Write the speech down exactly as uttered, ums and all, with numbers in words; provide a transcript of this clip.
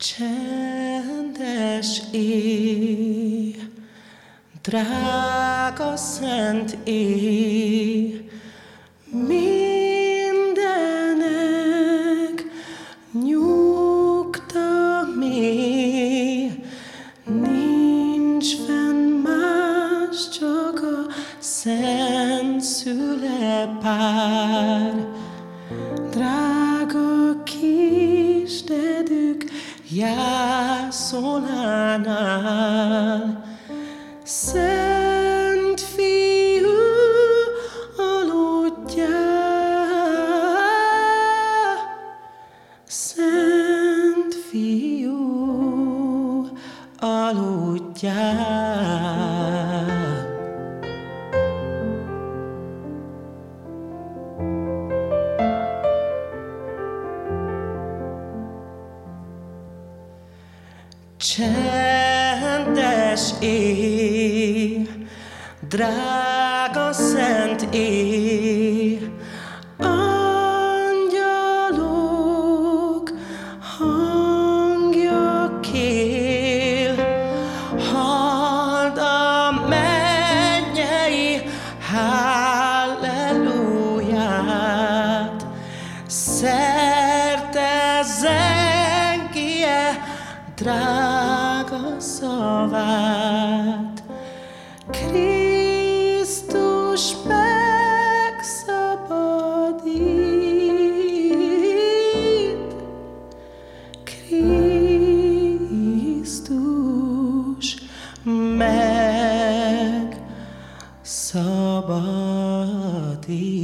Csendes éj, drága szent éj, mindenek nyugta mély, nincs fenn más, csak a szent szülepár. Drága kis dedük jászolánál, Szent Fiú aludjál, Szent Fiú aludjál. Csendes éj, drága szent éj, angyalok hangja kél, halld a mennyei halleluját, szerte zengje drága szavát. Krisztus megszabadít, Krisztus megszabadít.